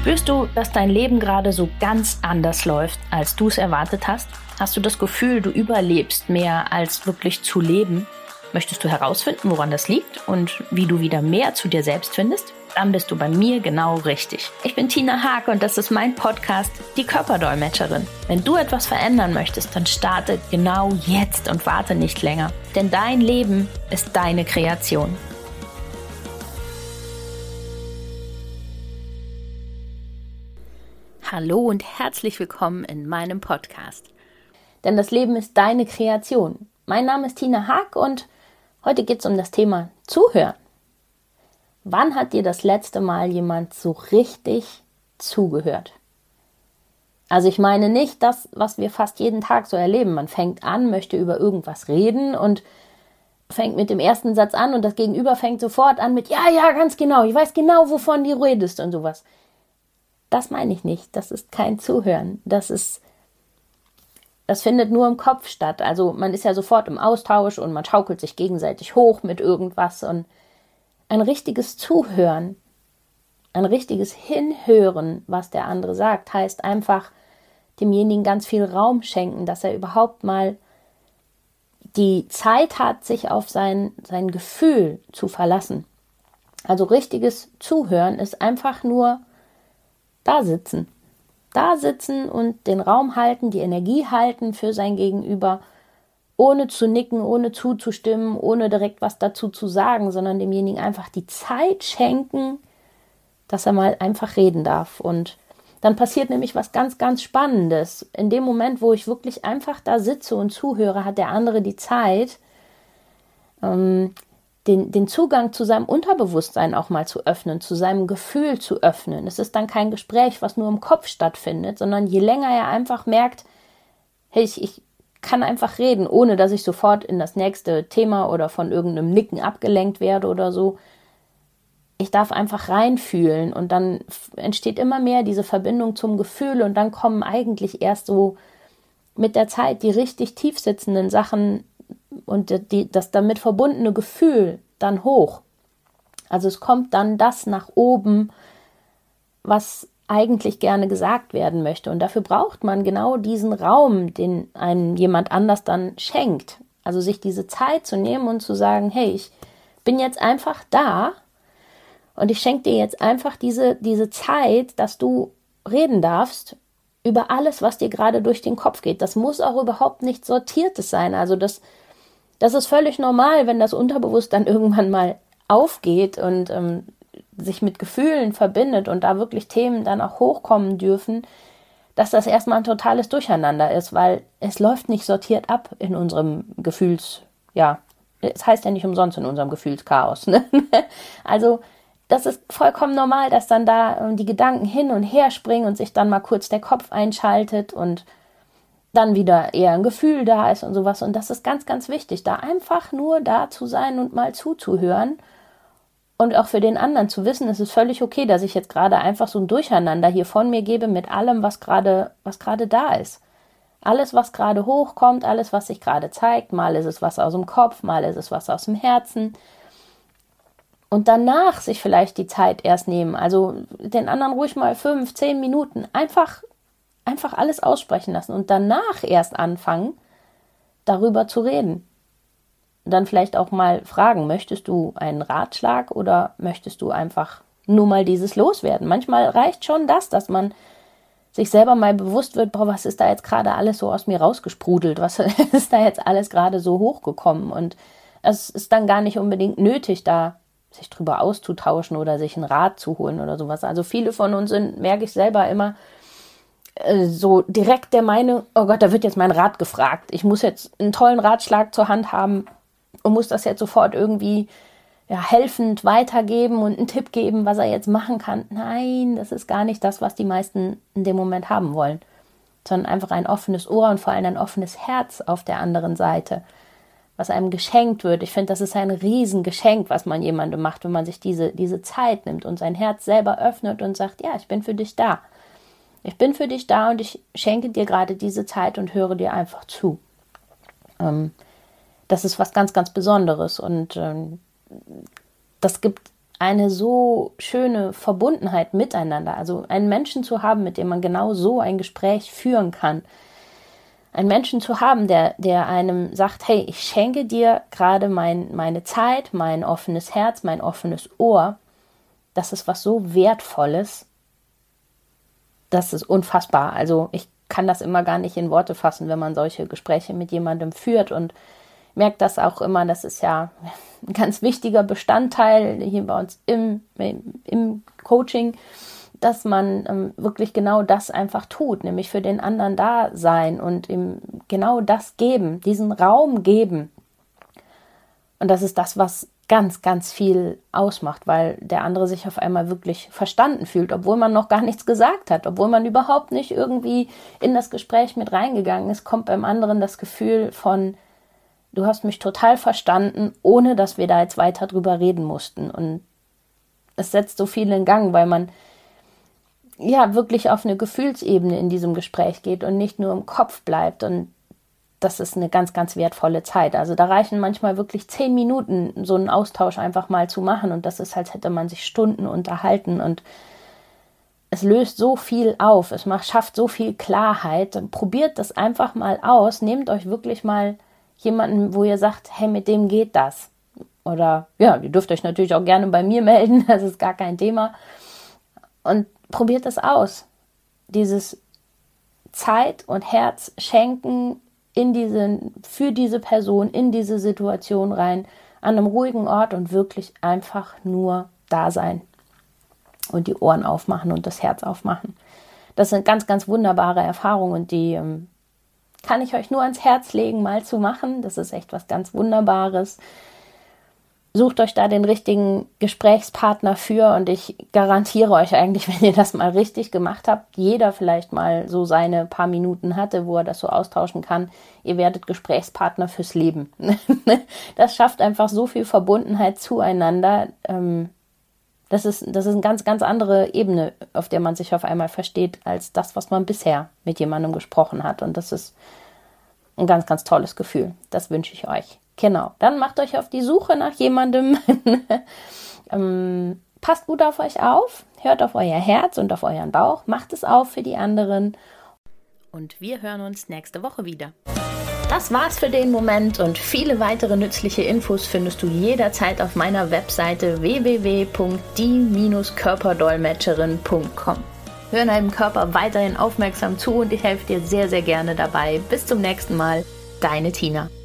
Spürst du, dass dein Leben gerade so ganz anders läuft, als du es erwartet hast? Hast du das Gefühl, du überlebst mehr als wirklich zu leben? Möchtest du herausfinden, woran das liegt und wie du wieder mehr zu dir selbst findest? Dann bist du bei mir genau richtig. Ich bin Tina Haag und das ist mein Podcast, die Körperdolmetscherin. Wenn du etwas verändern möchtest, dann starte genau jetzt und warte nicht länger. Denn dein Leben ist deine Kreation. Hallo und herzlich willkommen in meinem Podcast. Denn das Leben ist deine Kreation. Mein Name ist Tina Haag und heute geht es um das Thema Zuhören. Wann hat dir das letzte Mal jemand so richtig zugehört? Also ich meine nicht das, was wir fast jeden Tag so erleben. Man fängt an, möchte über irgendwas reden und fängt mit dem ersten Satz an und das Gegenüber fängt sofort an mit ja, ganz genau, ich weiß genau, wovon du redest und sowas. Das meine ich nicht. Das ist kein Zuhören. Das findet nur im Kopf statt. Also man ist ja sofort im Austausch und man schaukelt sich gegenseitig hoch mit irgendwas. Und ein richtiges Zuhören, ein richtiges Hinhören, was der andere sagt, heißt einfach demjenigen ganz viel Raum schenken, dass er überhaupt mal die Zeit hat, sich auf sein Gefühl zu verlassen. Also richtiges Zuhören ist einfach nur da sitzen und den Raum halten, die Energie halten für sein Gegenüber, ohne zu nicken, ohne zuzustimmen, ohne direkt was dazu zu sagen, sondern demjenigen einfach die Zeit schenken, dass er mal einfach reden darf. Und dann passiert nämlich was ganz, ganz Spannendes. In dem Moment, wo ich wirklich einfach da sitze und zuhöre, hat der andere die Zeit, den Zugang zu seinem Unterbewusstsein auch mal zu öffnen, zu seinem Gefühl zu öffnen. Es ist dann kein Gespräch, was nur im Kopf stattfindet, sondern je länger er einfach merkt, hey, ich kann einfach reden, ohne dass ich sofort in das nächste Thema oder von irgendeinem Nicken abgelenkt werde oder so. Ich darf einfach reinfühlen und dann entsteht immer mehr diese Verbindung zum Gefühl und dann kommen eigentlich erst so mit der Zeit die richtig tief sitzenden Sachen und das damit verbundene Gefühl dann hoch. Also es kommt dann das nach oben, was eigentlich gerne gesagt werden möchte. Und dafür braucht man genau diesen Raum, den einem jemand anders dann schenkt. Also sich diese Zeit zu nehmen und zu sagen, hey, ich bin jetzt einfach da und ich schenke dir jetzt einfach diese Zeit, dass du reden darfst über alles, was dir gerade durch den Kopf geht. Das muss auch überhaupt nicht Sortiertes sein. Also das ist völlig normal, wenn das Unterbewusstsein dann irgendwann mal aufgeht und sich mit Gefühlen verbindet und da wirklich Themen dann auch hochkommen dürfen, dass das erstmal ein totales Durcheinander ist, weil es läuft nicht sortiert ab in unserem es heißt ja nicht umsonst in unserem Gefühlschaos. Ne? Also das ist vollkommen normal, dass dann da die Gedanken hin und her springen und sich dann mal kurz der Kopf einschaltet und dann wieder eher ein Gefühl da ist und sowas. Und das ist ganz, ganz wichtig, da einfach nur da zu sein und mal zuzuhören. Und auch für den anderen zu wissen, es ist völlig okay, dass ich jetzt gerade einfach so ein Durcheinander hier von mir gebe mit allem, was gerade da ist. Alles, was gerade hochkommt, alles, was sich gerade zeigt. Mal ist es was aus dem Kopf, mal ist es was aus dem Herzen. Und danach sich vielleicht die Zeit erst nehmen. Also den anderen ruhig mal 5, 10 Minuten einfach alles aussprechen lassen und danach erst anfangen, darüber zu reden. Und dann vielleicht auch mal fragen, möchtest du einen Ratschlag oder möchtest du einfach nur mal dieses loswerden? Manchmal reicht schon dass man sich selber mal bewusst wird, was ist da jetzt gerade alles so aus mir rausgesprudelt? Was ist da jetzt alles gerade so hochgekommen? Und es ist dann gar nicht unbedingt nötig, da sich drüber auszutauschen oder sich einen Rat zu holen oder sowas. Also viele von uns sind, merke ich selber immer, so direkt der Meinung, oh Gott, da wird jetzt mein Rat gefragt. Ich muss jetzt einen tollen Ratschlag zur Hand haben und muss das jetzt sofort irgendwie helfend weitergeben und einen Tipp geben, was er jetzt machen kann. Nein, das ist gar nicht das, was die meisten in dem Moment haben wollen, sondern einfach ein offenes Ohr und vor allem ein offenes Herz auf der anderen Seite, was einem geschenkt wird. Ich finde, das ist ein Riesengeschenk, was man jemandem macht, wenn man sich diese Zeit nimmt und sein Herz selber öffnet und sagt, ja, ich bin für dich da. Ich bin für dich da und ich schenke dir gerade diese Zeit und höre dir einfach zu. Das ist was ganz, ganz Besonderes und das gibt eine so schöne Verbundenheit miteinander. Also einen Menschen zu haben, mit dem man genau so ein Gespräch führen kann. Einen Menschen zu haben, der einem sagt, hey, ich schenke dir gerade meine Zeit, mein offenes Herz, mein offenes Ohr. Das ist was so Wertvolles. Das ist unfassbar. Also ich kann das immer gar nicht in Worte fassen, wenn man solche Gespräche mit jemandem führt, und merkt das auch immer, das ist ja ein ganz wichtiger Bestandteil hier bei uns im Coaching, dass man wirklich genau das einfach tut, nämlich für den anderen da sein und ihm genau das geben, diesen Raum geben. Und das ist das, was ganz, ganz viel ausmacht, weil der andere sich auf einmal wirklich verstanden fühlt, obwohl man noch gar nichts gesagt hat, obwohl man überhaupt nicht irgendwie in das Gespräch mit reingegangen ist, kommt beim anderen das Gefühl von, du hast mich total verstanden, ohne dass wir da jetzt weiter drüber reden mussten. Und es setzt so viel in Gang, weil man ja wirklich auf eine Gefühlsebene in diesem Gespräch geht und nicht nur im Kopf bleibt. Und das ist eine ganz, ganz wertvolle Zeit. Also da reichen manchmal wirklich 10 Minuten, so einen Austausch einfach mal zu machen. Und das ist, als hätte man sich Stunden unterhalten. Und es löst so viel auf. Es schafft so viel Klarheit. Und probiert das einfach mal aus. Nehmt euch wirklich mal jemanden, wo ihr sagt, hey, mit dem geht das. Oder ja, ihr dürft euch natürlich auch gerne bei mir melden. Das ist gar kein Thema. Und probiert das aus. Dieses Zeit und Herz schenken für diese Person, in diese Situation rein, an einem ruhigen Ort und wirklich einfach nur da sein und die Ohren aufmachen und das Herz aufmachen. Das sind ganz, ganz wunderbare Erfahrungen, und die kann ich euch nur ans Herz legen, mal zu machen. Das ist echt was ganz Wunderbares. Sucht euch da den richtigen Gesprächspartner für, und ich garantiere euch eigentlich, wenn ihr das mal richtig gemacht habt, jeder vielleicht mal so seine paar Minuten hatte, wo er das so austauschen kann, ihr werdet Gesprächspartner fürs Leben. Das schafft einfach so viel Verbundenheit zueinander. Das ist eine ganz, ganz andere Ebene, auf der man sich auf einmal versteht, als das, was man bisher mit jemandem gesprochen hat. Und das ist ein ganz, ganz tolles Gefühl. Das wünsche ich euch. Genau, dann macht euch auf die Suche nach jemandem. Passt gut auf euch auf, hört auf euer Herz und auf euren Bauch, macht es auf für die anderen. Und wir hören uns nächste Woche wieder. Das war's für den Moment, und viele weitere nützliche Infos findest du jederzeit auf meiner Webseite www.die-körperdolmetscherin.com. Hör deinem Körper weiterhin aufmerksam zu, und ich helfe dir sehr, sehr gerne dabei. Bis zum nächsten Mal, deine Tina.